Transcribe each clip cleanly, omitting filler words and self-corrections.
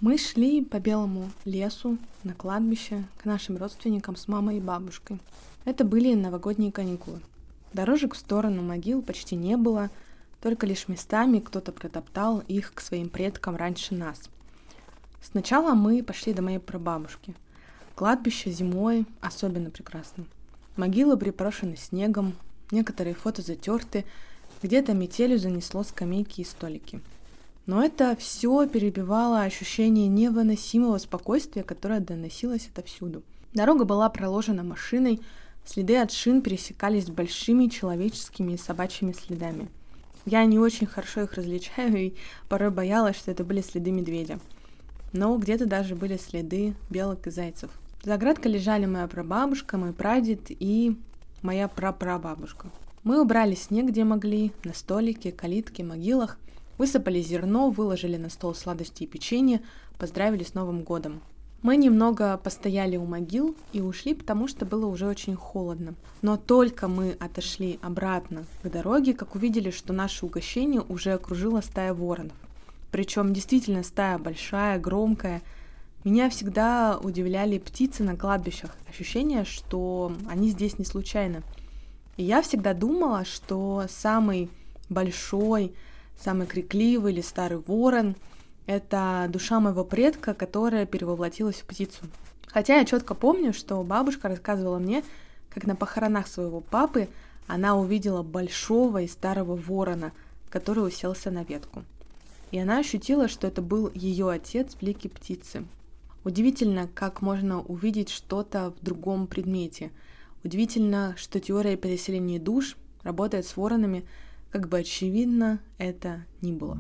Мы шли по белому лесу на кладбище к нашим родственникам с мамой и бабушкой. Это были новогодние каникулы. Дорожек в сторону могил почти не было, только лишь местами кто-то протоптал их к своим предкам раньше нас. Сначала мы пошли до моей прабабушки. Кладбище зимой особенно прекрасно. Могилы припорошены снегом, некоторые фото затерты, где-то метелью занесло скамейки и столики. Но это все перебивало ощущение невыносимого спокойствия, которое доносилось отовсюду. Дорога была проложена машиной, следы от шин пересекались большими человеческими и собачьими следами. Я не очень хорошо их различаю и порой боялась, что это были следы медведя. Но где-то даже были следы белок и зайцев. За оградкой лежали моя прабабушка, мой прадед и моя прапрабабушка. Мы убрали снег, где могли, на столике, калитке, могилах, высыпали зерно, выложили на стол сладости и печенье, поздравили с Новым годом. Мы немного постояли у могил и ушли, потому что было уже очень холодно. Но только мы отошли обратно к дороге, как увидели, что наше угощение уже окружила стая воронов. Причем действительно стая большая, громкая. Меня всегда удивляли птицы на кладбищах. Ощущение, что они здесь не случайно. И я всегда думала, что самый большой, самый крикливый или старый ворон — это душа моего предка, которая перевоплотилась в птицу. Хотя я четко помню, что бабушка рассказывала мне, как на похоронах своего папы она увидела большого и старого ворона, который уселся на ветку. И она ощутила, что это был ее отец в лике птицы. Удивительно, как можно увидеть что-то в другом предмете. Удивительно, что теория переселения душ работает с воронами, как бы очевидно это ни было.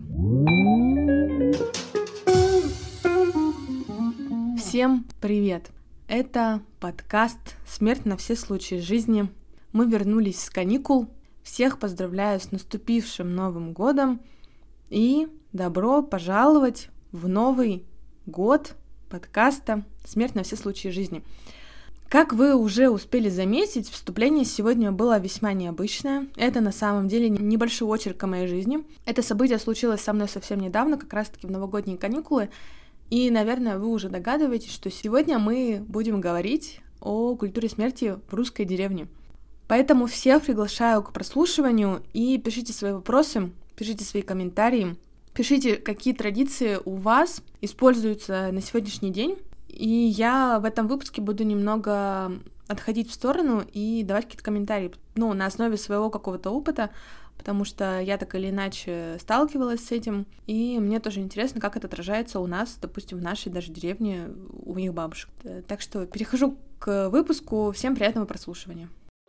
Всем привет! Это подкаст «Смерть на все случаи жизни». Мы вернулись с каникул. Всех поздравляю с наступившим Новым годом и добро пожаловать в Новый год подкаста «Смерть на все случаи жизни». Как вы уже успели заметить, вступление сегодня было весьма необычное. Это на самом деле небольшой очерк о моей жизни. Это событие случилось со мной совсем недавно, как раз-таки в новогодние каникулы. И, наверное, вы уже догадываетесь, что сегодня мы будем говорить о культуре смерти в русской деревне. Поэтому всех приглашаю к прослушиванию и пишите свои вопросы, пишите свои комментарии, пишите, какие традиции у вас используются на сегодняшний день. И я в этом выпуске буду немного отходить в сторону и давать какие-то комментарии, на основе своего какого-то опыта, потому что я так или иначе сталкивалась с этим, и мне тоже интересно, как это отражается у нас, допустим, в нашей даже деревне, у моих бабушек. Так что перехожу к выпуску. Всем приятного прослушивания.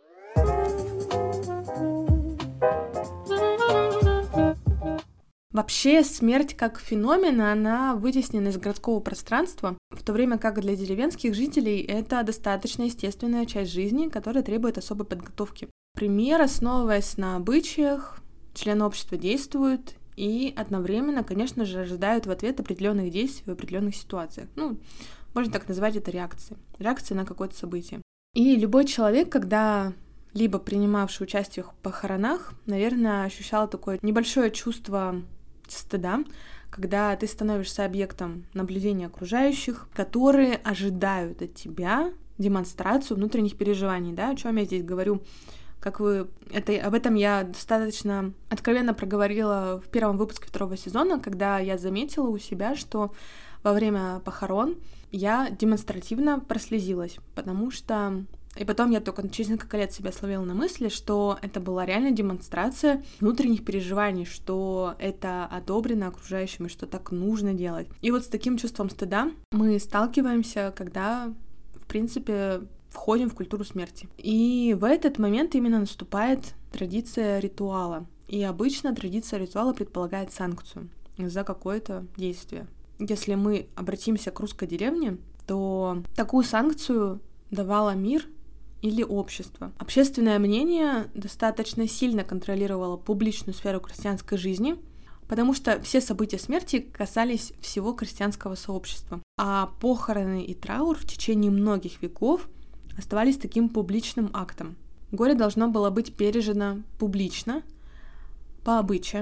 Вообще, смерть как феномен, она вытеснена из городского пространства, в то время как для деревенских жителей это достаточно естественная часть жизни, которая требует особой подготовки. Например, основываясь на обычаях, члены общества действуют и одновременно, конечно же, ожидают в ответ определенных действий в определенных ситуациях. Можно так назвать это реакцией. Реакция на какое-то событие. И любой человек, когда либо принимавший участие в похоронах, наверное, ощущал такое небольшое чувство стыда, когда ты становишься объектом наблюдения окружающих, которые ожидают от тебя демонстрацию внутренних переживаний, да, о чем я здесь говорю. Об этом я достаточно откровенно проговорила в первом выпуске 2 сезона, когда я заметила у себя, что во время похорон я демонстративно прослезилась, потому что... И потом я только через несколько лет себя словила на мысли, что это была реально демонстрация внутренних переживаний, что это одобрено окружающими, что так нужно делать. И вот с таким чувством стыда мы сталкиваемся, когда, в принципе, входим в культуру смерти. И в этот момент именно наступает традиция ритуала. И обычно традиция ритуала предполагает санкцию за какое-то действие. Если мы обратимся к русской деревне, то такую санкцию давала мир или общество. Общественное мнение достаточно сильно контролировало публичную сферу крестьянской жизни, потому что все события смерти касались всего крестьянского сообщества. А похороны и траур в течение многих веков оставались таким публичным актом. Горе должно было быть пережено публично, по обычаям,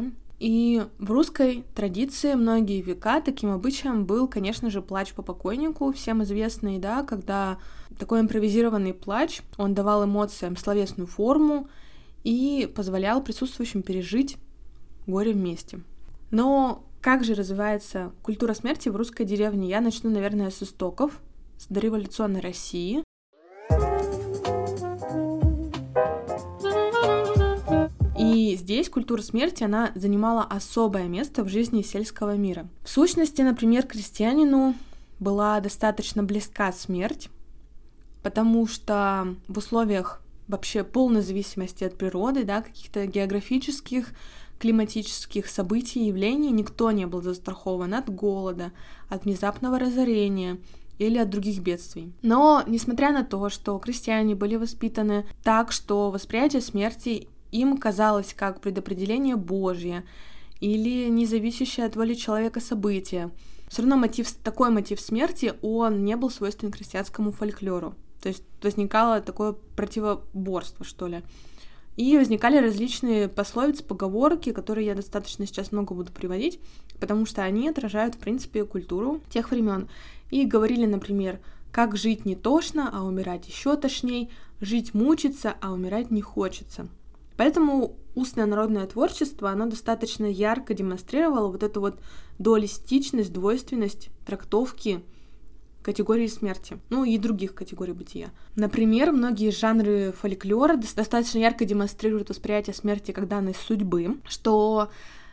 И в русской традиции многие века таким обычаем был, конечно же, плач по покойнику, всем известный, да, когда такой импровизированный плач, он давал эмоциям словесную форму и позволял присутствующим пережить горе вместе. Но как же развивается культура смерти в русской деревне? Я начну, наверное, с истоков, с дореволюционной России. И здесь культура смерти, она занимала особое место в жизни сельского мира. В сущности, например, крестьянину была достаточно близка смерть, потому что в условиях вообще полной зависимости от природы, да, каких-то географических, климатических событий, явлений, никто не был застрахован от голода, от внезапного разорения или от других бедствий. Но, несмотря на то, что крестьяне были воспитаны так, что восприятие смерти им казалось как предопределение Божье или независящее от воли человека событие, все равно такой мотив смерти, он не был свойственен крестьянскому фольклору. То есть возникало такое противоборство, что ли. И возникали различные пословицы, поговорки, которые я достаточно сейчас много буду приводить, потому что они отражают, в принципе, культуру тех времен. И говорили, например, как жить не тошно, а умирать еще тошней, жить мучиться, а умирать не хочется. Поэтому устное народное творчество, оно достаточно ярко демонстрировало вот эту вот дуалистичность, двойственность трактовки категории смерти, ну и других категорий бытия. Например, многие жанры фольклора достаточно ярко демонстрируют восприятие смерти как данность судьбы, что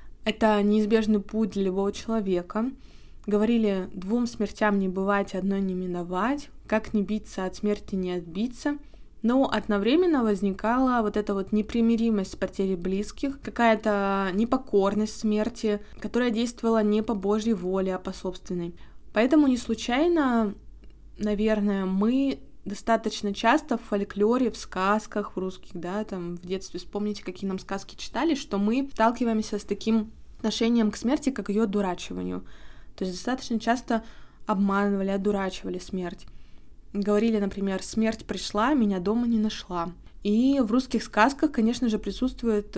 это неизбежный путь для любого человека. Говорили: двум смертям не бывать, одной не миновать, как не биться от смерти, не отбиться. Но одновременно возникала вот эта вот непримиримость с потерей близких, какая-то непокорность смерти, которая действовала не по Божьей воле, а по собственной. Поэтому не случайно, наверное, мы достаточно часто в фольклоре, в сказках, в русских, да, там в детстве вспомните, какие нам сказки читали, что мы сталкиваемся с таким отношением к смерти, как к ее одурачиванию. То есть достаточно часто обманывали, одурачивали смерть. Говорили, например: смерть пришла, меня дома не нашла. И в русских сказках, конечно же, присутствует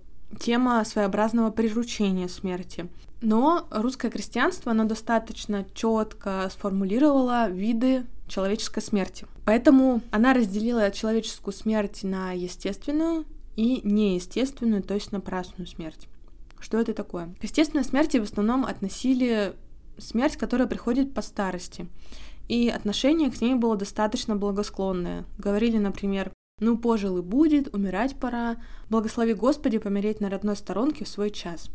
тема своеобразного приручения смерти. Но русское крестьянство, оно достаточно четко сформулировало виды человеческой смерти. Поэтому она разделила человеческую смерть на естественную и неестественную, то есть напрасную смерть. Что это такое? К естественной смерти в основном относили смерть, которая приходит по старости. И отношение к ней было достаточно благосклонное. Говорили, например: ну, пожил и будет, умирать пора, благослови Господи помереть на родной сторонке в свой час.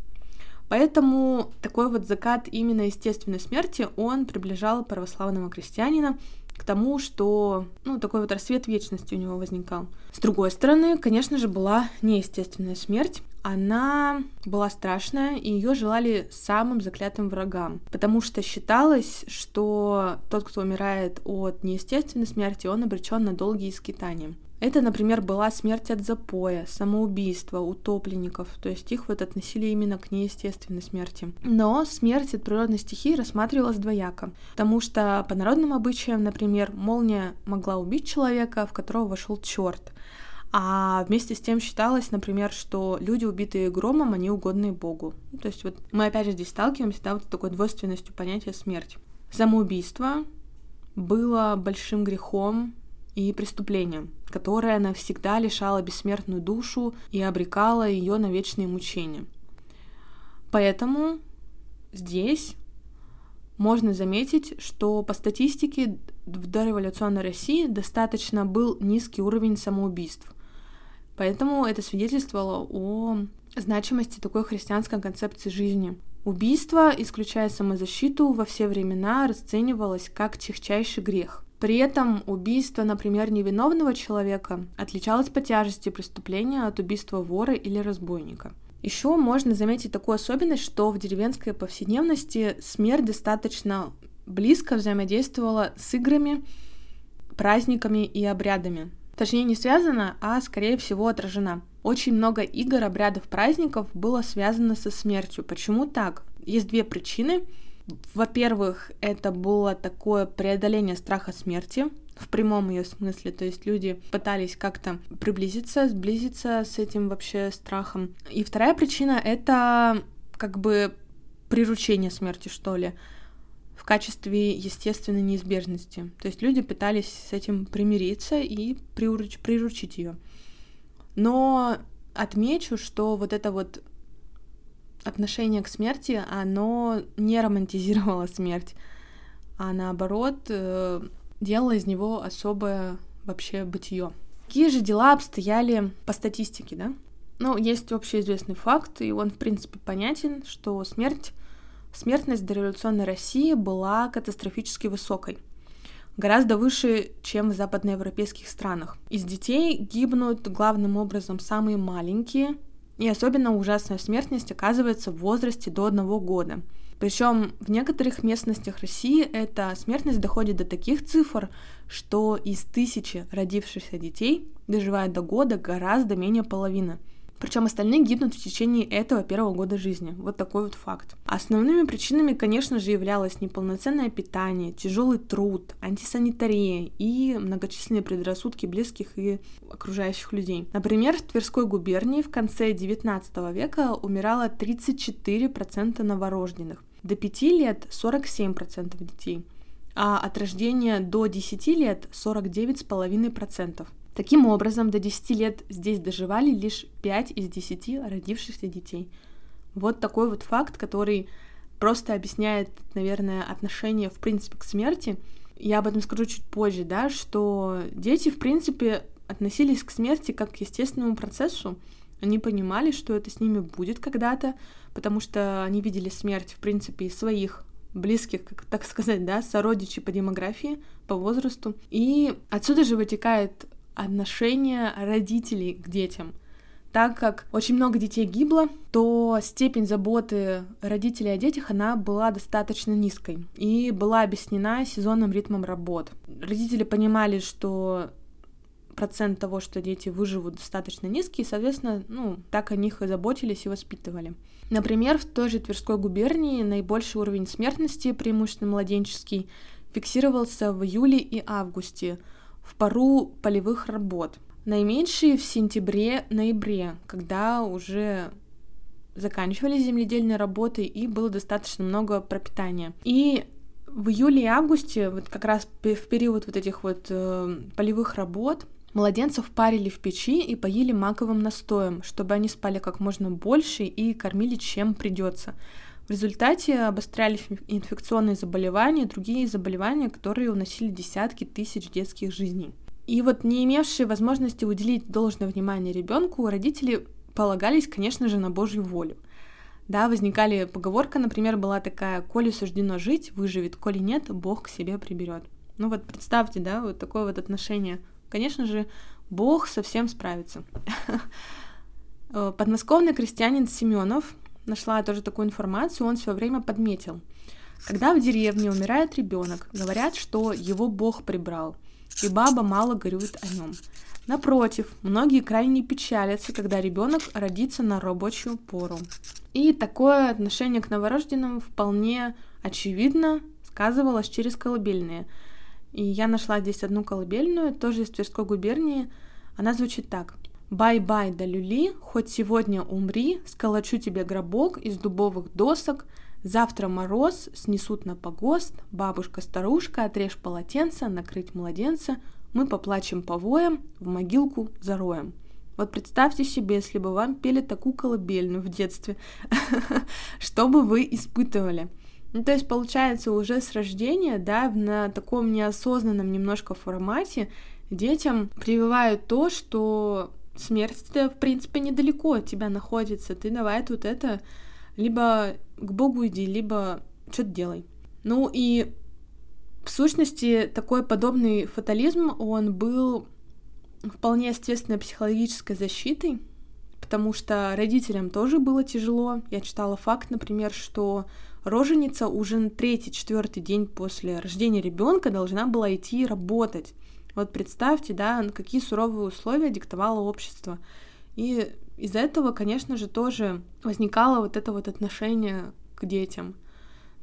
Поэтому такой вот закат именно естественной смерти, он приближал православного крестьянина к тому, что, такой вот рассвет вечности у него возникал. С другой стороны, конечно же, была неестественная смерть. Она была страшная, и ее желали самым заклятым врагам, потому что считалось, что тот, кто умирает от неестественной смерти, он обречен на долгие скитания. Это, например, была смерть от запоя, самоубийство, утопленников, то есть их вот относили именно к неестественной смерти. Но смерть от природной стихии рассматривалась двояко, потому что по народным обычаям, например, молния могла убить человека, в которого вошел черт. А вместе с тем считалось, например, что люди, убитые громом, они угодные Богу. То есть вот мы опять же здесь сталкиваемся, да, вот с такой двойственностью понятия смерти. Самоубийство было большим грехом и преступлением, которое навсегда лишало бессмертную душу и обрекало ее на вечные мучения. Поэтому здесь можно заметить, что по статистике в дореволюционной России достаточно был низкий уровень самоубийств. Поэтому это свидетельствовало о значимости такой христианской концепции жизни. Убийство, исключая самозащиту, во все времена расценивалось как тягчайший грех. При этом убийство, например, невиновного человека отличалось по тяжести преступления от убийства вора или разбойника. Еще можно заметить такую особенность, что в деревенской повседневности смерть достаточно близко взаимодействовала с играми, праздниками и обрядами. Точнее, не связана, а скорее всего отражена. Очень много игр, обрядов, праздников было связано со смертью. Почему так? Есть две причины. Во-первых, это было такое преодоление страха смерти, в прямом ее смысле, то есть люди пытались как-то приблизиться, сблизиться с этим вообще страхом. И вторая причина — это как бы приручение смерти, что ли, в качестве естественной неизбежности. То есть люди пытались с этим примириться и приручить ее. Но отмечу, что вот это вот отношение к смерти, оно не романтизировало смерть, а наоборот делало из него особое вообще бытие. Какие же дела обстояли по статистике, да? Есть общеизвестный факт, и он, в принципе, понятен, что смертность в дореволюционной России была катастрофически высокой, гораздо выше, чем в западноевропейских странах. Из детей гибнут главным образом самые маленькие, и особенно ужасная смертность оказывается в возрасте до 1 года. Причем в некоторых местностях России эта смертность доходит до таких цифр, что из 1000 родившихся детей доживает до года гораздо менее половины. Причем остальные гибнут в течение этого 1 года жизни. Вот такой вот факт. Основными причинами, конечно же, являлось неполноценное питание, тяжелый труд, антисанитария и многочисленные предрассудки близких и окружающих людей. Например, в Тверской губернии в конце XIX века умирало 34% новорожденных, до 5 лет 47% детей, а от рождения до 10 лет 49,5%. Таким образом, до 10 лет здесь доживали лишь 5 из 10 родившихся детей. Вот такой вот факт, который просто объясняет, наверное, отношение, в принципе, к смерти. Я об этом скажу чуть позже, да, что дети, в принципе, относились к смерти как к естественному процессу. Они понимали, что это с ними будет когда-то, потому что они видели смерть, в принципе, из своих близких, как так сказать, да, сородичей по демографии, по возрасту. И отсюда же вытекает отношение родителей к детям. Так как очень много детей гибло, то степень заботы родителей о детях, она была достаточно низкой и была объяснена сезонным ритмом работ. Родители понимали, что процент того, что дети выживут, достаточно низкий, и, соответственно, так о них и заботились и воспитывали. Например, в той же Тверской губернии наибольший уровень смертности, преимущественно младенческий, фиксировался в июле и августе, в пору полевых работ. Наименьшие в сентябре-ноябре, когда уже заканчивались земледельные работы и было достаточно много пропитания. И в июле и августе, вот как раз в период вот этих вот полевых работ, младенцев парили в печи и поили маковым настоем, чтобы они спали как можно больше и кормили чем придется. В результате обострялись инфекционные заболевания, другие заболевания, которые уносили десятки тысяч детских жизней. И вот не имевшие возможности уделить должное внимание ребенку, родители полагались, конечно же, на Божью волю. Да, возникали поговорка, например, была такая: «Коли суждено жить, выживет, коли нет, Бог к себе приберет». Вот представьте, да, вот такое вот отношение. Конечно же, Бог совсем справится. Подмосковный крестьянин Семенов, нашла тоже такую информацию, он в свое время подметил: когда в деревне умирает ребенок, говорят, что его Бог прибрал, и баба мало горюет о нем. Напротив, многие крайне печалятся, когда ребенок родится на рабочую пору. И такое отношение к новорожденным вполне очевидно сказывалось через колыбельные. И я нашла здесь одну колыбельную, тоже из Тверской губернии. Она звучит так: «Бай-бай да люли, хоть сегодня умри, сколочу тебе гробок из дубовых досок, завтра мороз снесут на погост, бабушка-старушка, отрежь полотенце, накрыть младенца, мы поплачем повоем, в могилку зароем». Вот представьте себе, если бы вам пели такую колыбельную в детстве, что бы вы испытывали? То есть, получается, уже с рождения, да, на таком неосознанном немножко формате детям прививают то, что смерть-то, в принципе, недалеко от тебя находится. Ты давай тут это, либо к Богу иди, либо что-то делай. И в сущности такой подобный фатализм, он был вполне естественной психологической защитой, потому что родителям тоже было тяжело. Я читала факт, например, что роженица уже на 3-4 день после рождения ребенка должна была идти работать. Вот представьте, да, какие суровые условия диктовало общество. И из-за этого, конечно же, тоже возникало вот это вот отношение к детям.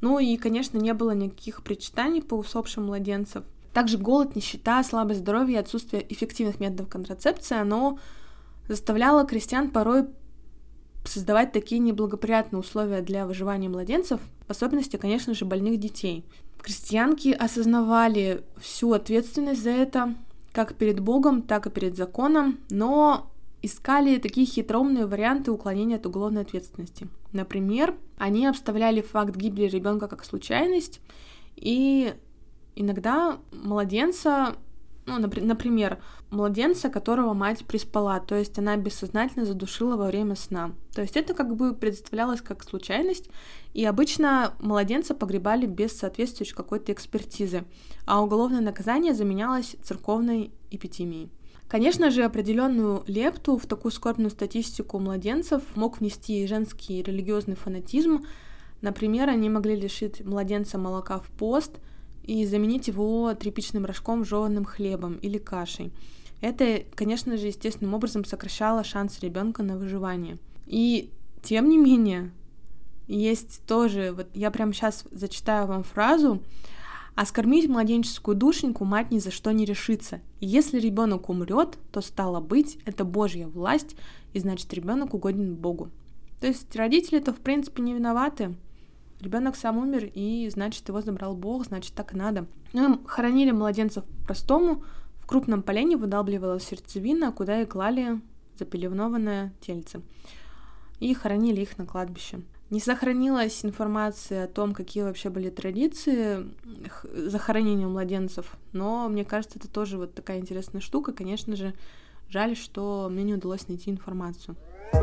Ну и, конечно, не было никаких причитаний по усопшим младенцам. Также голод, нищета, слабость здоровья и отсутствие эффективных методов контрацепции, оно заставляло крестьян порой создавать такие неблагоприятные условия для выживания младенцев, в особенности, конечно же, больных детей. Крестьянки осознавали всю ответственность за это, как перед Богом, так и перед законом, но искали такие хитроумные варианты уклонения от уголовной ответственности. Например, они обставляли факт гибели ребенка как случайность, и иногда младенца, например, младенца, которого мать приспала, то есть она бессознательно задушила во время сна. То есть это как бы представлялось как случайность, и обычно младенца погребали без соответствующей какой-то экспертизы, а уголовное наказание заменялось церковной эпитимией. Конечно же, определенную лепту в такую скорбную статистику младенцев мог внести женский религиозный фанатизм. Например, они могли лишить младенца молока в пост и заменить его тряпичным рожком, жеванным хлебом или кашей. Это, конечно же, естественным образом сокращало шансы ребенка на выживание. И тем не менее, есть тоже, вот я прямо сейчас зачитаю вам фразу: «А скормить младенческую душеньку мать ни за что не решится. И если ребенок умрет, то стало быть, это Божья власть, и значит ребенок угоден Богу». То есть родители-то в принципе не виноваты. Ребенок сам умер, и значит его забрал Бог, значит так и надо. Хоронили младенцев по-простому. В крупном полене выдалбливалась сердцевина, куда и клали запеленованное тельце. И хоронили их на кладбище. Не сохранилась информация о том, какие вообще были традиции захоронения младенцев, но мне кажется, это тоже вот такая интересная штука. Конечно же, жаль, что мне не удалось найти информацию.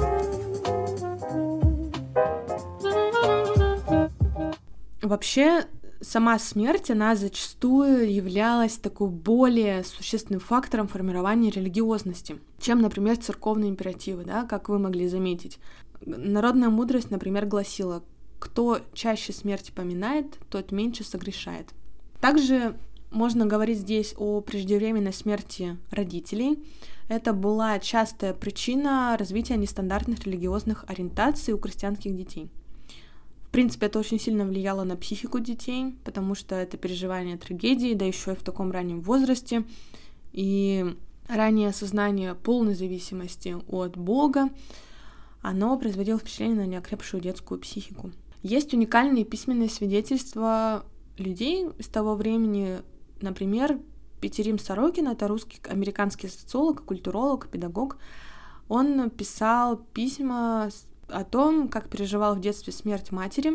Вообще, сама смерть, она зачастую являлась такой более существенным фактором формирования религиозности, чем, например, церковные императивы, да, как вы могли заметить. Народная мудрость, например, гласила: кто чаще смерти поминает, тот меньше согрешает. Также можно говорить здесь о преждевременной смерти родителей. Это была частая причина развития нестандартных религиозных ориентаций у крестьянских детей. В принципе, это очень сильно влияло на психику детей, потому что это переживание трагедии, да еще и в таком раннем возрасте, и раннее осознание полной зависимости от Бога, оно производило впечатление на неокрепшую детскую психику. Есть уникальные письменные свидетельства людей из того времени. Например, Петерим Сорокин, это русский американский социолог, культуролог, педагог. Он писал письма о том, как переживал в детстве смерть матери.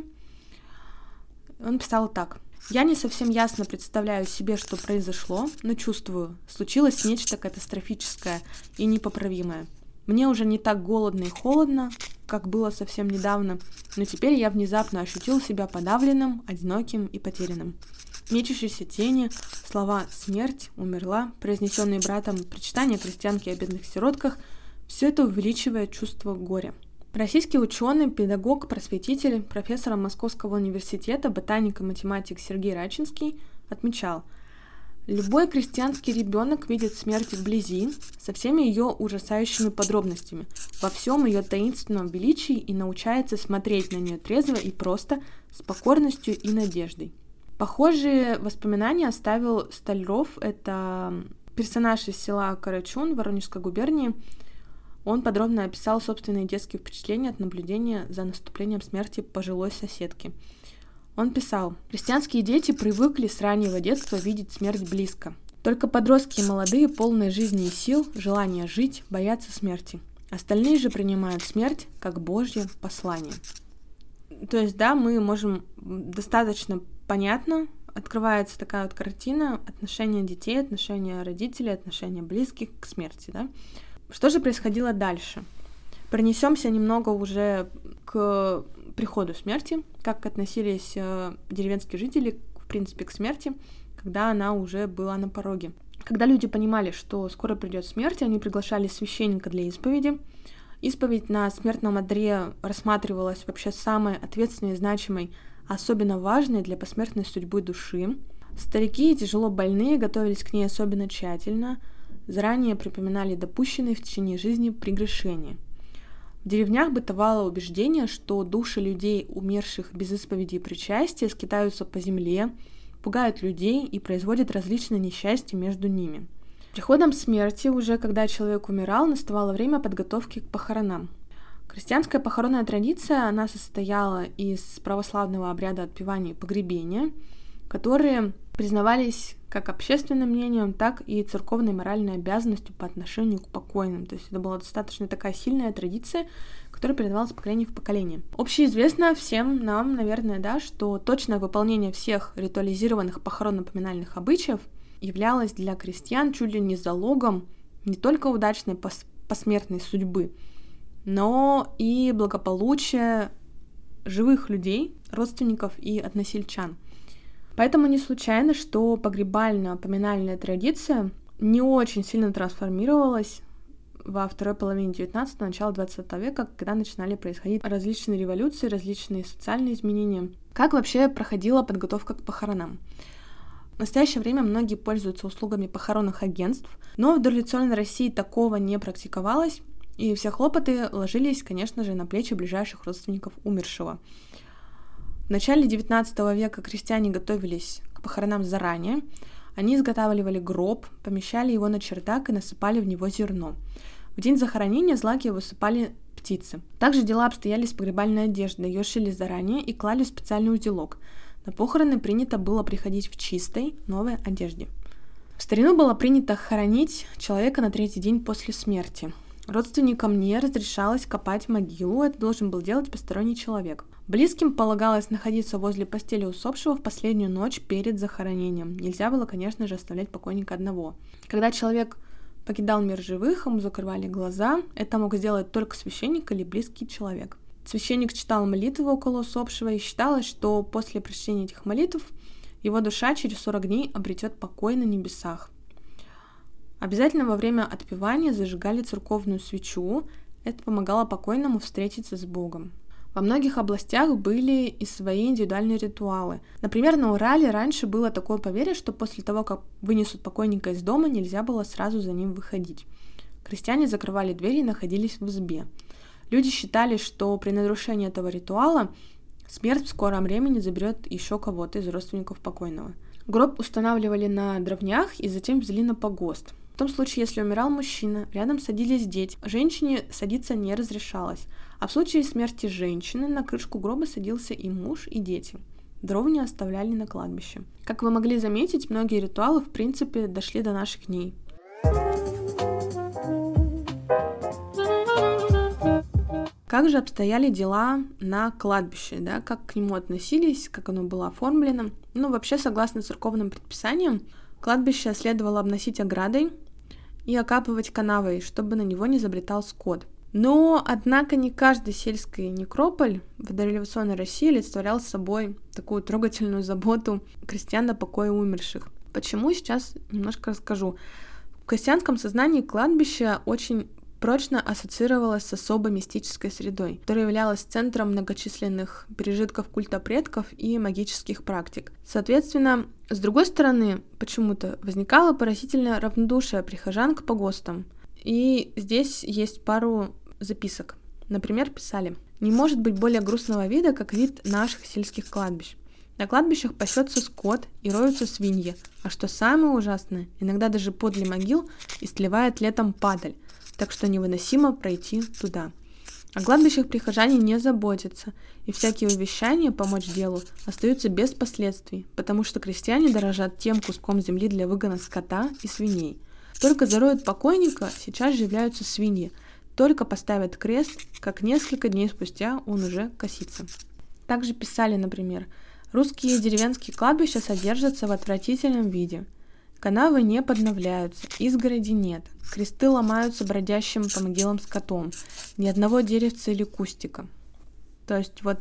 Он писал так: «Я не совсем ясно представляю себе, что произошло, но чувствую, случилось нечто катастрофическое и непоправимое. Мне уже не так голодно и холодно, как было совсем недавно, но теперь я внезапно ощутил себя подавленным, одиноким и потерянным. Мечущиеся тени, слова «смерть», «умерла», произнесенные братом причитания крестьянки о бедных сиротках — все это увеличивает чувство горя». Российский ученый, педагог, просветитель, профессор Московского университета, ботаник и математик Сергей Рачинский отмечал: любой крестьянский ребенок видит смерть вблизи, со всеми ее ужасающими подробностями, во всем ее таинственном величии, и научается смотреть на нее трезво и просто, с покорностью и надеждой. Похожие воспоминания оставил Стальров, это персонаж из села Карачун Воронежской губернии. Он подробно описал собственные детские впечатления от наблюдения за наступлением смерти пожилой соседки. Он писал: «Крестьянские дети привыкли с раннего детства видеть смерть близко. Только подростки и молодые, полные жизни и сил, желания жить, боятся смерти. Остальные же принимают смерть как Божье послание». То есть, да, мы можем достаточно понятно, открывается такая вот картина отношения детей, отношения родителей, отношения близких к смерти, да. Что же происходило дальше? Перенесемся немного уже к приходу смерти, как относились деревенские жители, в принципе, к смерти, когда она уже была на пороге. Когда люди понимали, что скоро придет смерть, они приглашали священника для исповеди. Исповедь на смертном одре рассматривалась вообще самой ответственной и значимой, особенно важной для посмертной судьбы души. Старики и тяжело больные готовились к ней особенно тщательно, заранее припоминали допущенные в течение жизни прегрешения. В деревнях бытовало убеждение, что души людей, умерших без исповеди и причастия, скитаются по земле, пугают людей и производят различные несчастья между ними. С приходом смерти, уже когда человек умирал, наставало время подготовки к похоронам. Христианская похоронная традиция, она состояла из православного обряда отпевания и погребения, которые признавались как общественным мнением, так и церковной моральной обязанностью по отношению к покойным. То есть это была достаточно такая сильная традиция, которая передавалась из поколения в поколение. Общеизвестно всем нам, наверное, да, что точное выполнение всех ритуализированных похоронно-поминальных обычаев являлось для крестьян чуть ли не залогом не только удачной посмертной судьбы, но и благополучия живых людей, родственников и односельчан. Поэтому не случайно, что погребально-поминальная традиция не очень сильно трансформировалась во второй половине 19-го, начало 20 века, когда начинали происходить различные революции, различные социальные изменения. Как вообще проходила подготовка к похоронам? В настоящее время многие пользуются услугами похоронных агентств, но в дореволюционной России такого не практиковалось, и все хлопоты ложились, конечно же, на плечи ближайших родственников умершего. В начале XIX века крестьяне готовились к похоронам заранее. Они изготавливали гроб, помещали его на чердак и насыпали в него зерно. В день захоронения злаки высыпали птицы. Также дела обстояли с погребальной одеждой. Ее шили заранее и клали в специальный узелок. На похороны принято было приходить в чистой, новой одежде. В старину было принято хоронить человека на 3-й день после смерти. Родственникам не разрешалось копать могилу, это должен был делать посторонний человек. Близким полагалось находиться возле постели усопшего в последнюю ночь перед захоронением. Нельзя было, конечно же, оставлять покойника одного. Когда человек покидал мир живых, ему закрывали глаза. Это мог сделать только священник или близкий человек. Священник читал молитвы около усопшего, и считалось, что после прочтения этих молитв его душа через 40 дней обретет покой на небесах. Обязательно во время отпевания зажигали церковную свечу. Это помогало покойному встретиться с Богом. Во многих областях были и свои индивидуальные ритуалы. Например, на Урале раньше было такое поверье, что после того, как вынесут покойника из дома, нельзя было сразу за ним выходить. Крестьяне закрывали двери и находились в избе. Люди считали, что при нарушении этого ритуала смерть в скором времени заберет еще кого-то из родственников покойного. Гроб устанавливали на дровнях и затем везли на погост. В том случае, если умирал мужчина, рядом садились дети, женщине садиться не разрешалось. А в случае смерти женщины на крышку гроба садился и муж, и дети. Дров не оставляли на кладбище. Как вы могли заметить, многие ритуалы, в принципе, дошли до наших дней. Как же обстояли дела на кладбище, да? Как к нему относились, как оно было оформлено? Вообще, согласно церковным предписаниям, кладбище следовало обносить оградой и окапывать канавой, чтобы на него не забредал скот. Но, однако, не каждый сельский некрополь в дореволюционной России олицетворял собой такую трогательную заботу крестьян о покое умерших. Почему, сейчас немножко расскажу. В крестьянском сознании кладбище очень прочно ассоциировалась с особой мистической средой, которая являлась центром многочисленных пережитков культа предков и магических практик. Соответственно, с другой стороны, почему-то возникало поразительное равнодушие прихожан к погостам. И здесь есть пару записок. Например, писали: «Не может быть более грустного вида, как вид наших сельских кладбищ. На кладбищах пасется скот и роются свиньи, а что самое ужасное, иногда даже подле могил истлевает летом падаль, так что невыносимо пройти туда. О кладбищах прихожане не заботятся, и всякие увещания помочь делу остаются без последствий, потому что крестьяне дорожат тем куском земли для выгона скота и свиней. Только зароют покойника, сейчас же являются свиньи, только поставят крест, как несколько дней спустя он уже косится». Также писали, например: «Русские деревенские кладбища содержатся в отвратительном виде. Канавы не подновляются, изгороди нет, кресты ломаются бродящим по могилам скотом, ни одного деревца или кустика». То есть вот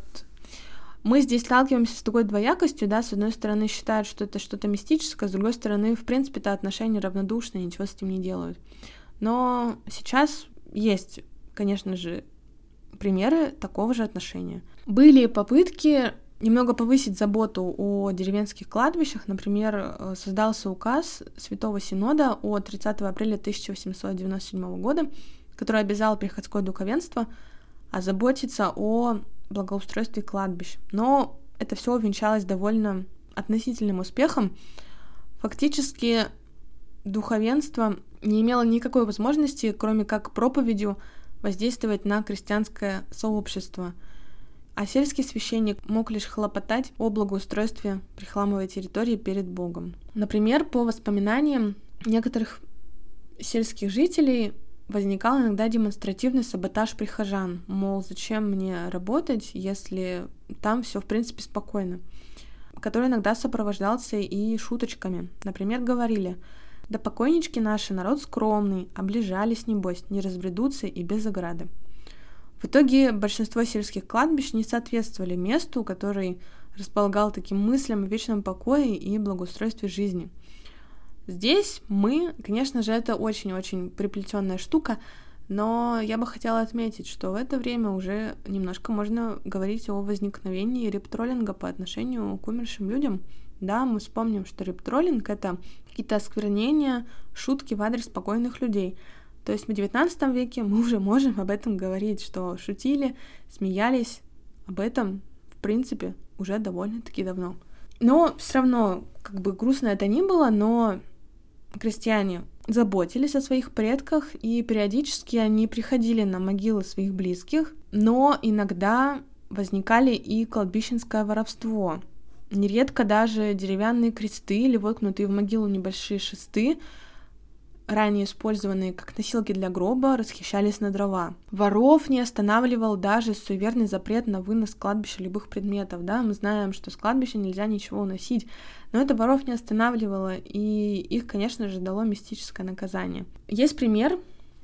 мы здесь сталкиваемся с такой двоякостью, да, с одной стороны считают, что это что-то мистическое, с другой стороны, в принципе, это отношения равнодушные, ничего с этим не делают. Но сейчас есть, конечно же, примеры такого же отношения. Были попытки немного повысить заботу о деревенских кладбищах. Например, создался указ Святого Синода от 30 апреля 1897 года, который обязал приходское духовенство а заботиться о благоустройстве кладбищ. Но это все увенчалось довольно относительным успехом. Фактически духовенство не имело никакой возможности, кроме как проповедью, воздействовать на крестьянское сообщество. А сельский священник мог лишь хлопотать о благоустройстве прихрамовой территории перед Богом. Например, по воспоминаниям некоторых сельских жителей возникал иногда демонстративный саботаж прихожан. Мол, зачем мне работать, если там все в принципе спокойно. Который иногда сопровождался и шуточками. Например, говорили: «Да покойнички наши, народ скромный, облежались, небось, не разбредутся и без ограды». В итоге большинство сельских кладбищ не соответствовали месту, который располагал таким мыслям о вечном покое и благоустройстве жизни. Здесь конечно же, это очень-очень приплетенная штука, но я бы хотела отметить, что в это время уже немножко можно говорить о возникновении рип-троллинга по отношению к умершим людям. Да, мы вспомним, что рип-троллинг — это какие-то осквернения, шутки в адрес покойных людей. То есть в XIX веке мы уже можем об этом говорить, что шутили, смеялись об этом, в принципе, уже довольно-таки давно. Но все равно, как бы грустно это ни было, но крестьяне заботились о своих предках, и периодически они приходили на могилы своих близких, но иногда возникали и кладбищенское воровство. Нередко даже деревянные кресты или воткнутые в могилу небольшие шесты, ранее использованные как носилки для гроба, расхищались на дрова. Воров не останавливал даже суеверный запрет на вынос с кладбища любых предметов. Да? Мы знаем, что с кладбища нельзя ничего уносить, но это воров не останавливало, и их, конечно же, дало мистическое наказание. Есть пример,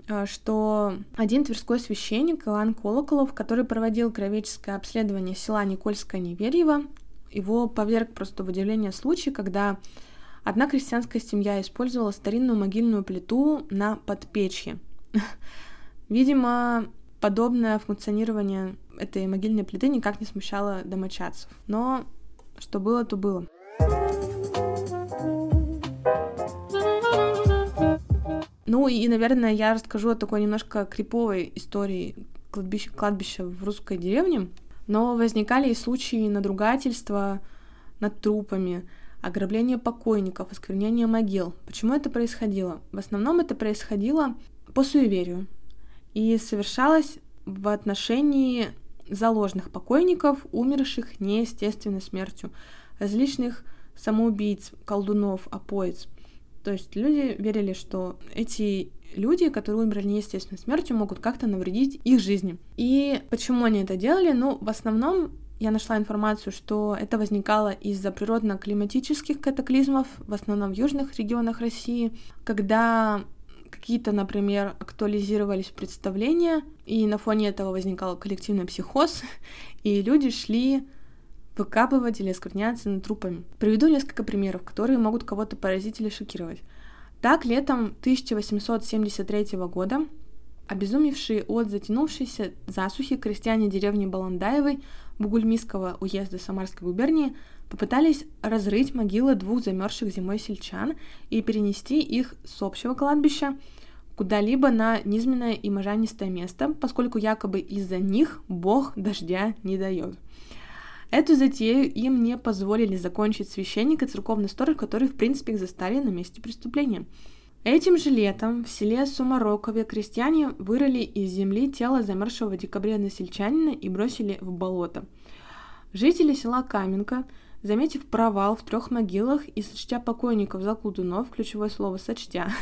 что один тверской священник Иоанн Колоколов, который проводил краеведческое обследование села Никольское-Неверьево, его поверг просто в удивление случай, когда одна крестьянская семья использовала старинную могильную плиту на подпечье. Видимо, подобное функционирование этой могильной плиты никак не смущало домочадцев. Но что было, то было. Ну и, наверное, я расскажу о такой немножко криповой истории кладбища в русской деревне. Но возникали и случаи надругательства над трупами, ограбление покойников, осквернение могил. Почему это происходило? В основном это происходило по суеверию и совершалось в отношении заложных покойников, умерших неестественной смертью, различных самоубийц, колдунов, опоиц. То есть люди верили, что эти люди, которые умерли неестественной смертью, могут как-то навредить их жизни. И почему они это делали? Ну, в основном я нашла информацию, что это возникало из-за природно-климатических катаклизмов, в основном в южных регионах России, когда какие-то, например, актуализировались представления, и на фоне этого возникал коллективный психоз, и люди шли выкапывать или оскверняться над трупами. Приведу несколько примеров, которые могут кого-то поразить или шокировать. Так, летом 1873 года обезумевшие от затянувшейся засухи крестьяне деревни Баландаевой Бугульмисского уезда Самарской губернии попытались разрыть могилы двух замерзших зимой сельчан и перенести их с общего кладбища куда-либо на низменное и можанистое место, поскольку якобы из-за них Бог дождя не дает. Эту затею им не позволили закончить священник и церковный сторож, которые, в принципе, их застали на месте преступления. Этим же летом в селе Сумарокове крестьяне вырыли из земли тело замерзшего в декабре односельчанина и бросили в болото. Жители села Каменка, заметив провал в 3 могилах и сочтя покойников за колдунов, ключевое слово «сочтя»,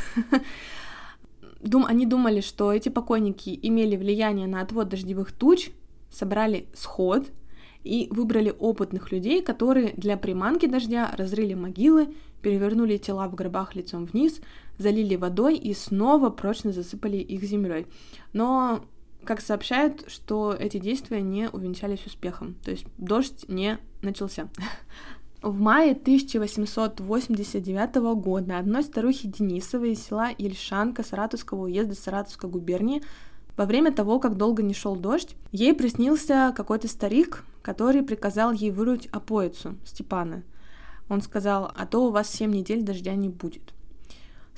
они думали, что эти покойники имели влияние на отвод дождевых туч, собрали сход и выбрали опытных людей, которые для приманки дождя разрыли могилы, перевернули тела в гробах лицом вниз, залили водой и снова прочно засыпали их землей. Но, как сообщают, что эти действия не увенчались успехом, то есть дождь не начался. В мае 1889 года одной старухе Денисовой из села Ельшанка Саратовского уезда Саратовской губернии во время того, как долго не шел дождь, ей приснился какой-то старик, который приказал ей выруть опоицу Степана. Он сказал: «А то у вас 7 недель дождя не будет».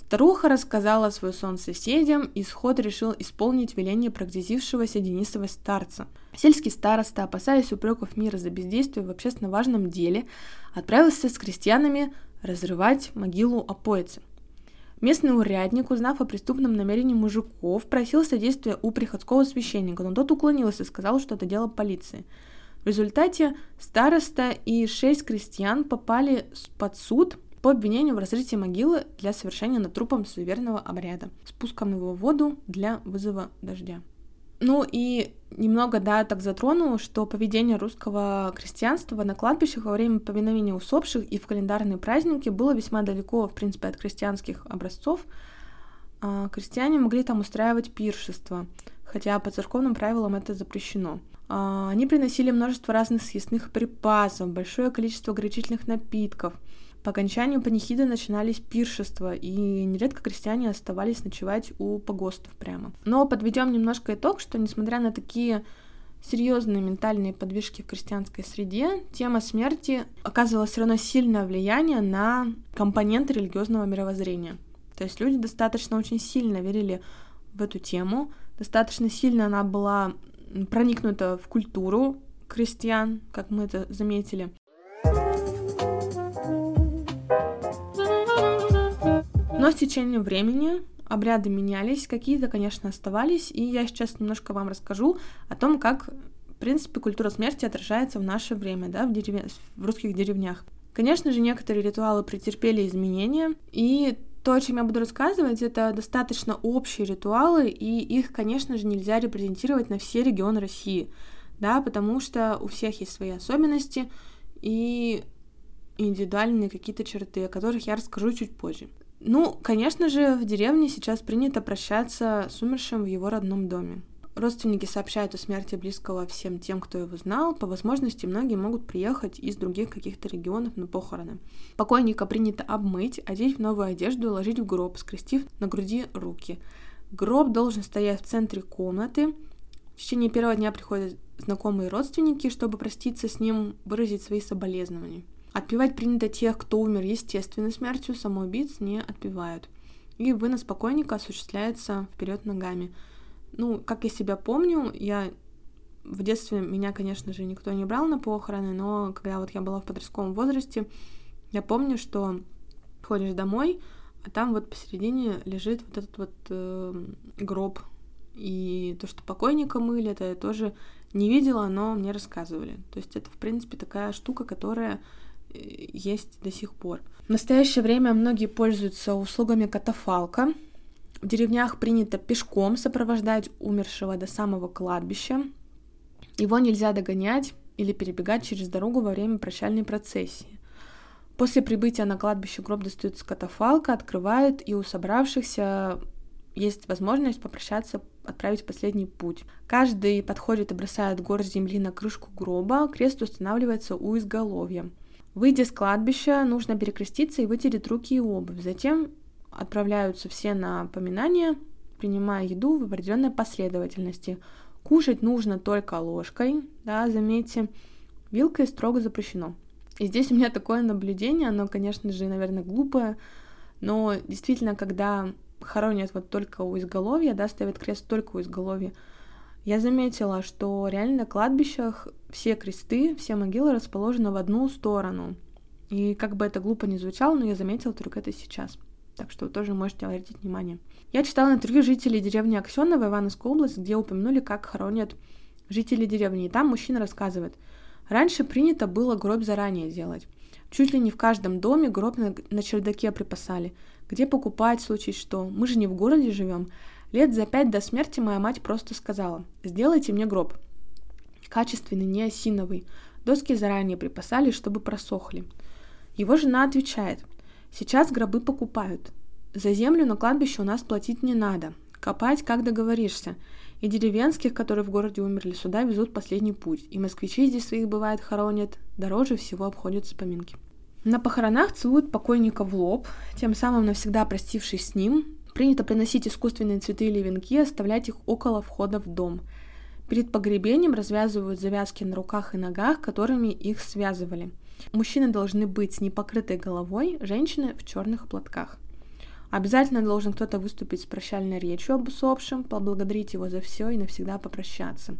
Старуха рассказала свой сон соседям, и сход решил исполнить веление прогрузившегося Денисова старца. Сельский староста, опасаясь упреков мира за бездействие в общественно важном деле, отправился с крестьянами разрывать могилу опоицы. Местный урядник, узнав о преступном намерении мужиков, просил содействия у приходского священника, но тот уклонился и сказал, что это дело полиции. В результате староста и 6 крестьян попали под суд по обвинению в разрытии могилы для совершения над трупом суеверного обряда, спуском его в воду для вызова дождя. Ну и немного, так затрону, что поведение русского крестьянства на кладбищах во время поминовения усопших и в календарные праздники было весьма далеко, в принципе, от крестьянских образцов. Крестьяне могли там устраивать пиршества, хотя по церковным правилам это запрещено. Они приносили множество разных съестных припасов, большое количество горячительных напитков. По окончанию панихиды начинались пиршества, и нередко крестьяне оставались ночевать у погостов прямо. Но подведем немножко итог, что несмотря на такие серьезные ментальные подвижки в крестьянской среде, тема смерти оказывала все равно сильное влияние на компоненты религиозного мировоззрения. То есть люди достаточно очень сильно верили в эту тему, достаточно сильно она была проникнута в культуру крестьян, как мы это заметили. Но с течением времени обряды менялись, какие-то, конечно, оставались, и я сейчас немножко вам расскажу о том, как, в принципе, культура смерти отражается в наше время, в русских деревнях. Конечно же, некоторые ритуалы претерпели изменения, и то, о чем я буду рассказывать, это достаточно общие ритуалы, и их, конечно же, нельзя репрезентировать на все регионы России, потому что у всех есть свои особенности и индивидуальные какие-то черты, о которых я расскажу чуть позже. Конечно же, в деревне сейчас принято прощаться с умершим в его родном доме. Родственники сообщают о смерти близкого всем тем, кто его знал. По возможности многие могут приехать из других каких-то регионов на похороны. Покойника принято обмыть, одеть в новую одежду и ложить в гроб, скрестив на груди руки. Гроб должен стоять в центре комнаты. В течение первого дня приходят знакомые родственники, чтобы проститься с ним, выразить свои соболезнования. Отпевать принято тех, кто умер естественной смертью, самоубийц не отпевают. И вынос покойника осуществляется вперед ногами. Как я себя помню, в детстве меня, конечно же, никто не брал на похороны, но когда я была в подростковом возрасте, я помню, что ходишь домой, а там посередине лежит этот гроб. И то, что покойника мыли, это я тоже не видела, но мне рассказывали. То есть это, в принципе, такая штука, которая есть до сих пор. В настоящее время многие пользуются услугами катафалка. В деревнях принято пешком сопровождать умершего до самого кладбища. Его нельзя догонять или перебегать через дорогу во время прощальной процессии. После прибытия на кладбище гроб достают с катафалка, открывают, и у собравшихся есть возможность попрощаться, отправить в последний путь. Каждый подходит и бросает горсть земли на крышку гроба, крест устанавливается у изголовья. Выйдя с кладбища, нужно перекреститься и вытереть руки и обувь. Затем отправляются все на поминание, принимая еду в определенной последовательности. Кушать нужно только ложкой, заметьте, вилкой строго запрещено. И здесь у меня такое наблюдение, оно, конечно же, наверное, глупое, но действительно, когда хоронят только у изголовья, ставят крест только у изголовья, я заметила, что реально на кладбищах все кресты, все могилы расположены в одну сторону. И как бы это глупо ни звучало, но я заметила только это сейчас. Так что вы тоже можете обратить внимание. Я читала интервью жителей деревни Аксёново, Ивановской области, где упомянули, как хоронят жители деревни. И там мужчина рассказывает: раньше принято было гроб заранее делать. Чуть ли не в каждом доме гроб на чердаке припасали. Где покупать, в случае что? Мы же не в городе живем. Лет за 5 до смерти моя мать просто сказала: сделайте мне гроб. Качественный, не осиновый. Доски заранее припасали, чтобы просохли. Его жена отвечает: сейчас гробы покупают. За землю на кладбище у нас платить не надо. Копать, как договоришься. И деревенских, которые в городе умерли, сюда везут последний путь. И москвичи здесь своих, бывает, хоронят. Дороже всего обходятся поминки. На похоронах целуют покойника в лоб, тем самым навсегда простившись с ним. Принято приносить искусственные цветы или венки, оставлять их около входа в дом. Перед погребением развязывают завязки на руках и ногах, которыми их связывали. Мужчины должны быть с непокрытой головой, женщины в черных платках. Обязательно должен кто-то выступить с прощальной речью об усопшем, поблагодарить его за все и навсегда попрощаться.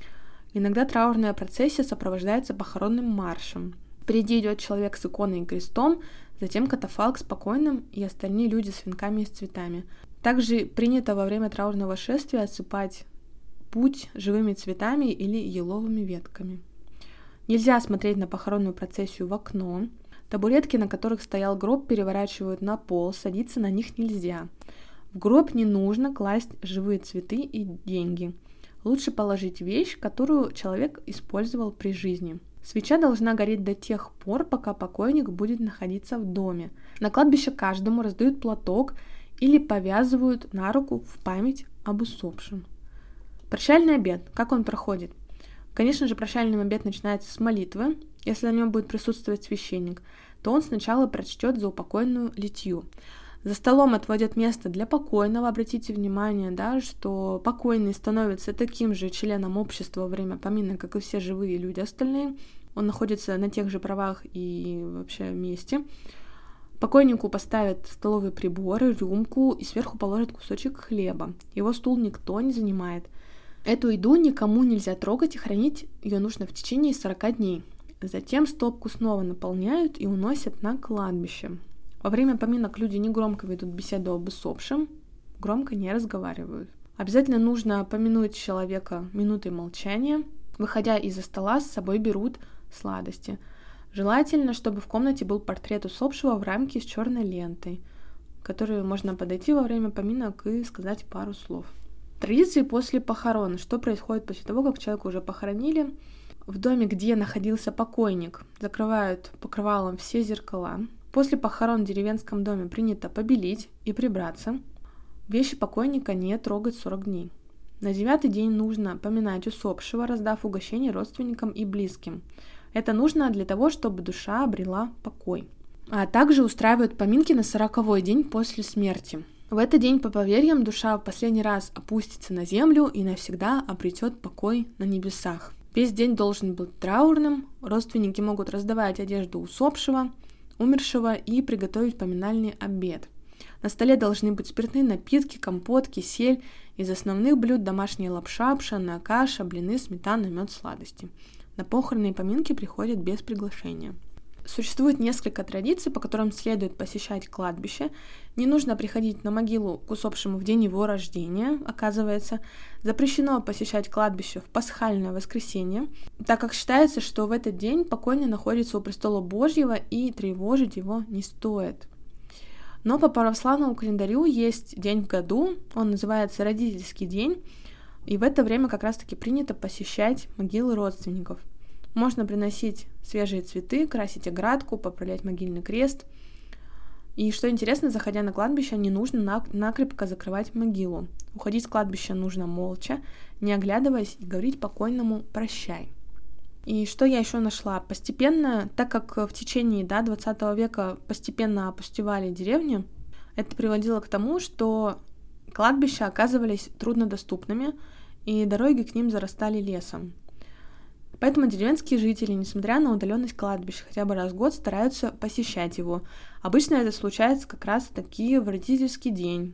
Иногда траурная процессия сопровождается похоронным маршем. Впереди идет человек с иконой и крестом, затем катафалк с покойным и остальные люди с венками и с цветами. Также принято во время траурного шествия осыпать путь живыми цветами или еловыми ветками. Нельзя смотреть на похоронную процессию в окно. Табуретки, на которых стоял гроб, переворачивают на пол, садиться на них нельзя. В гроб не нужно класть живые цветы и деньги. Лучше положить вещь, которую человек использовал при жизни. Свеча должна гореть до тех пор, пока покойник будет находиться в доме. На кладбище каждому раздают платок или повязывают на руку в память об усопшем. Прощальный обед. Как он проходит? Конечно же, прощальный обед начинается с молитвы. Если на нем будет присутствовать священник, то он сначала прочтет заупокойную литью. За столом отводят место для покойного. Обратите внимание, что покойный становится таким же членом общества во время помина, как и все живые люди остальные. Он находится на тех же правах и вообще месте. Покойнику поставят столовые приборы, рюмку и сверху положат кусочек хлеба. Его стул никто не занимает. Эту еду никому нельзя трогать и хранить ее нужно в течение 40 дней. Затем стопку снова наполняют и уносят на кладбище. Во время поминок люди негромко ведут беседу об усопшем, громко не разговаривают. Обязательно нужно помянуть человека минутой молчания. Выходя из-за стола, с собой берут сладости. Желательно, чтобы в комнате был портрет усопшего в рамке с черной лентой, к которой можно подойти во время поминок и сказать пару слов. Традиции после похорон. Что происходит после того, как человека уже похоронили? В доме, где находился покойник, закрывают покрывалом все зеркала. После похорон в деревенском доме принято побелить и прибраться. Вещи покойника не трогать 40 дней. На 9-й день нужно поминать усопшего, раздав угощение родственникам и близким. Это нужно для того, чтобы душа обрела покой. А также устраивают поминки на 40-й день после смерти. В этот день, по поверьям, душа в последний раз опустится на землю и навсегда обретет покой на небесах. Весь день должен быть траурным. Родственники могут раздавать одежду усопшего, умершего и приготовить поминальный обед. На столе должны быть спиртные напитки, компот, кисель. Из основных блюд домашняя лапша, пшенная каша, блины, сметана, мед, сладости. На похороны и поминки приходят без приглашения. Существует несколько традиций, по которым следует посещать кладбище. Не нужно приходить на могилу к усопшему в день его рождения, оказывается. Запрещено посещать кладбище в пасхальное воскресенье, так как считается, что в этот день покойный находится у престола Божьего и тревожить его не стоит. Но по православному календарю есть день в году, он называется родительский день, и в это время как раз-таки принято посещать могилы родственников. Можно приносить свежие цветы, красить оградку, поправлять могильный крест. И что интересно, заходя на кладбище, не нужно накрепко закрывать могилу. Уходить с кладбища нужно молча, не оглядываясь, и говорить покойному «прощай». И что я еще нашла? Постепенно, так как в течение 20 века постепенно опустевали деревни, это приводило к тому, что кладбища оказывались труднодоступными, и дороги к ним зарастали лесом. Поэтому деревенские жители, несмотря на удаленность кладбища, хотя бы раз в год стараются посещать его. Обычно это случается как раз-таки в родительский день.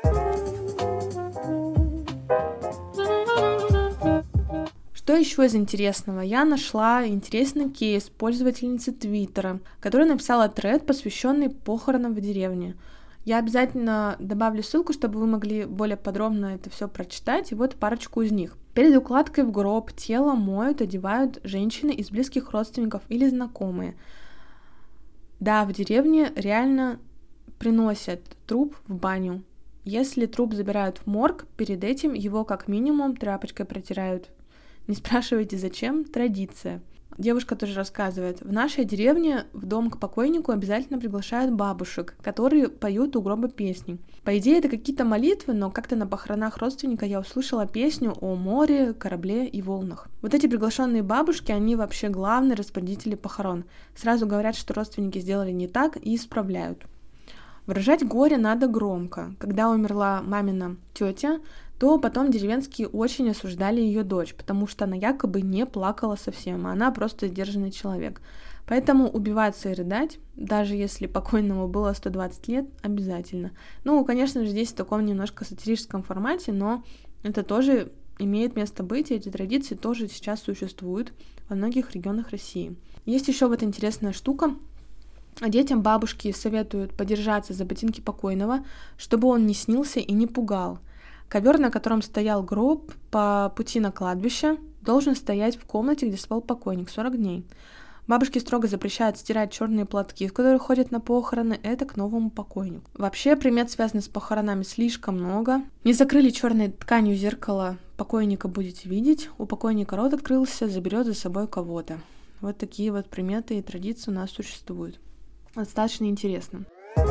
Что еще из интересного? Я нашла интересный кейс пользовательницы Твиттера, которая написала тред, посвященный похоронам в деревне. Я обязательно добавлю ссылку, чтобы вы могли более подробно это все прочитать, и вот парочку из них. Перед укладкой в гроб тело моют, одевают женщины из близких родственников или знакомые. Да, в деревне реально приносят труп в баню. Если труп забирают в морг, перед этим его как минимум тряпочкой протирают. Не спрашивайте, зачем, традиция. Девушка тоже рассказывает, в нашей деревне в дом к покойнику обязательно приглашают бабушек, которые поют у гроба песни. По идее, это какие-то молитвы, но как-то на похоронах родственника я услышала песню о море, корабле и волнах. Вот эти приглашенные бабушки, они вообще главные распорядители похорон. Сразу говорят, что родственники сделали не так и исправляют. Выражать горе надо громко. Когда умерла мамина тетя, то потом деревенские очень осуждали ее дочь, потому что она якобы не плакала совсем, а она просто сдержанный человек. Поэтому убиваться и рыдать, даже если покойному было 120 лет, обязательно. Ну, конечно же, здесь в таком немножко сатирическом формате, но это тоже имеет место быть, и эти традиции тоже сейчас существуют во многих регионах России. Есть еще вот интересная штука. Детям бабушки советуют подержаться за ботинки покойного, чтобы он не снился и не пугал. Ковер, на котором стоял гроб по пути на кладбище, должен стоять в комнате, где спал покойник 40 дней. Бабушки строго запрещают стирать черные платки, в которые ходят на похороны, это к новому покойнику. Вообще, примет, связанных с похоронами, слишком много. Не закрыли черной тканью зеркало покойника, будете видеть. У покойника рот открылся, заберет за собой кого-то. Вот такие вот приметы и традиции у нас существуют. Достаточно интересно.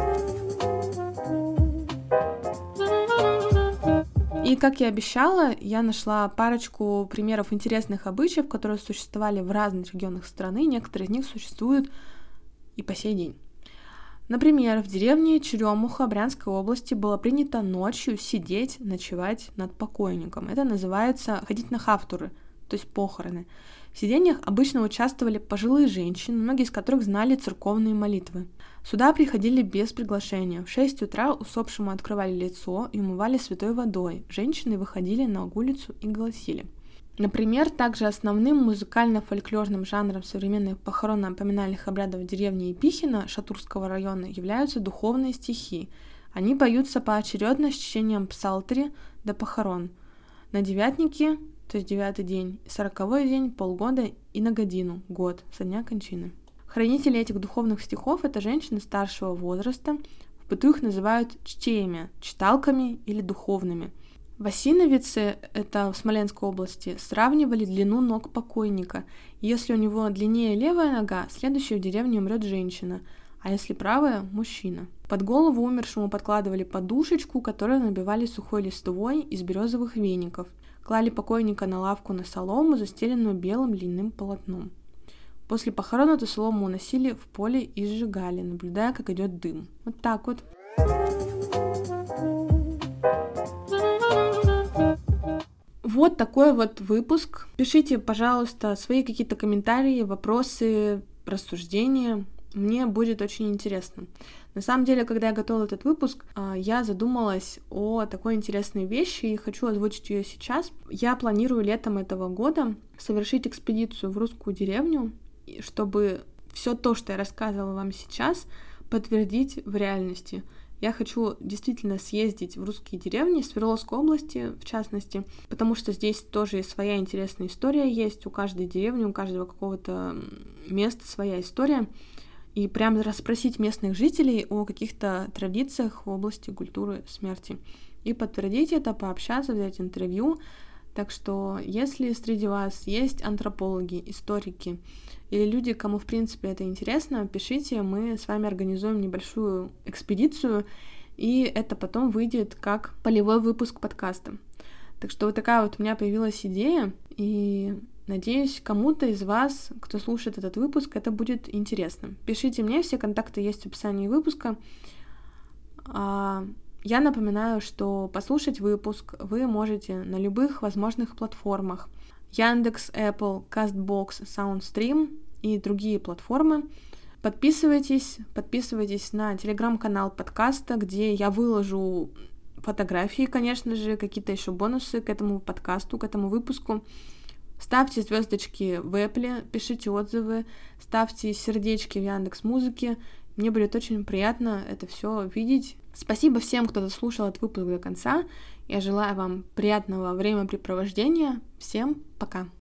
И, как я обещала, я нашла парочку примеров интересных обычаев, которые существовали в разных регионах страны, некоторые из них существуют и по сей день. Например, в деревне Черемуха Брянской области было принято ночью сидеть, ночевать над покойником. Это называется ходить на хавтуры, то есть похороны. В сидениях обычно участвовали пожилые женщины, многие из которых знали церковные молитвы. Сюда приходили без приглашения. В 6 утра усопшему открывали лицо и умывали святой водой. Женщины выходили на улицу и голосили. Например, также основным музыкально-фольклорным жанром современных похоронно-поминальных обрядов деревни Епихино Шатурского района являются духовные стихи. Они поются поочередно с чтением псалтыри до похорон. На девятнике, то есть 9-й день, 40-й день, полгода и на годину, год, со дня кончины. Хранители этих духовных стихов – это женщины старшего возраста, в быту их называют чтеями, читалками или духовными. В Осиновице, это в Смоленской области, сравнивали длину ног покойника. Если у него длиннее левая нога, следующей в деревне умрет женщина, а если правая – мужчина. Под голову умершему подкладывали подушечку, которую набивали сухой листвой из березовых веников. Клали покойника на лавку на солому, застеленную белым льняным полотном. После похорон эту солому уносили в поле и сжигали, наблюдая, как идет дым. Вот так вот. Вот такой вот выпуск. Пишите, пожалуйста, свои какие-то комментарии, вопросы, рассуждения. Мне будет очень интересно. На самом деле, когда я готовила этот выпуск, я задумалась о такой интересной вещи и хочу озвучить ее сейчас. Я планирую летом этого года совершить экспедицию в русскую деревню, чтобы все то, что я рассказывала вам сейчас, подтвердить в реальности. Я хочу действительно съездить в русские деревни Свердловской области, в частности, потому что здесь тоже своя интересная история есть. У каждой деревни, у каждого какого-то места своя история. И прям расспросить местных жителей о каких-то традициях в области культуры смерти. И подтвердить это, пообщаться, взять интервью. Так что, если среди вас есть антропологи, историки или люди, кому в принципе это интересно, пишите, мы с вами организуем небольшую экспедицию, и это потом выйдет как полевой выпуск подкаста. Так что вот такая вот у меня появилась идея, и надеюсь, кому-то из вас, кто слушает этот выпуск, это будет интересно. Пишите мне, все контакты есть в описании выпуска. Я напоминаю, что послушать выпуск вы можете на любых возможных платформах. Яндекс, Apple, Castbox, Soundstream и другие платформы. Подписывайтесь на телеграм-канал подкаста, где я выложу фотографии, конечно же, какие-то еще бонусы к этому подкасту, к этому выпуску. Ставьте звездочки в Apple, пишите отзывы, ставьте сердечки в Яндекс.Музыке. Мне будет очень приятно это все видеть. Спасибо всем, кто дослушал этот выпуск до конца. Я желаю вам приятного времяпрепровождения. Всем пока!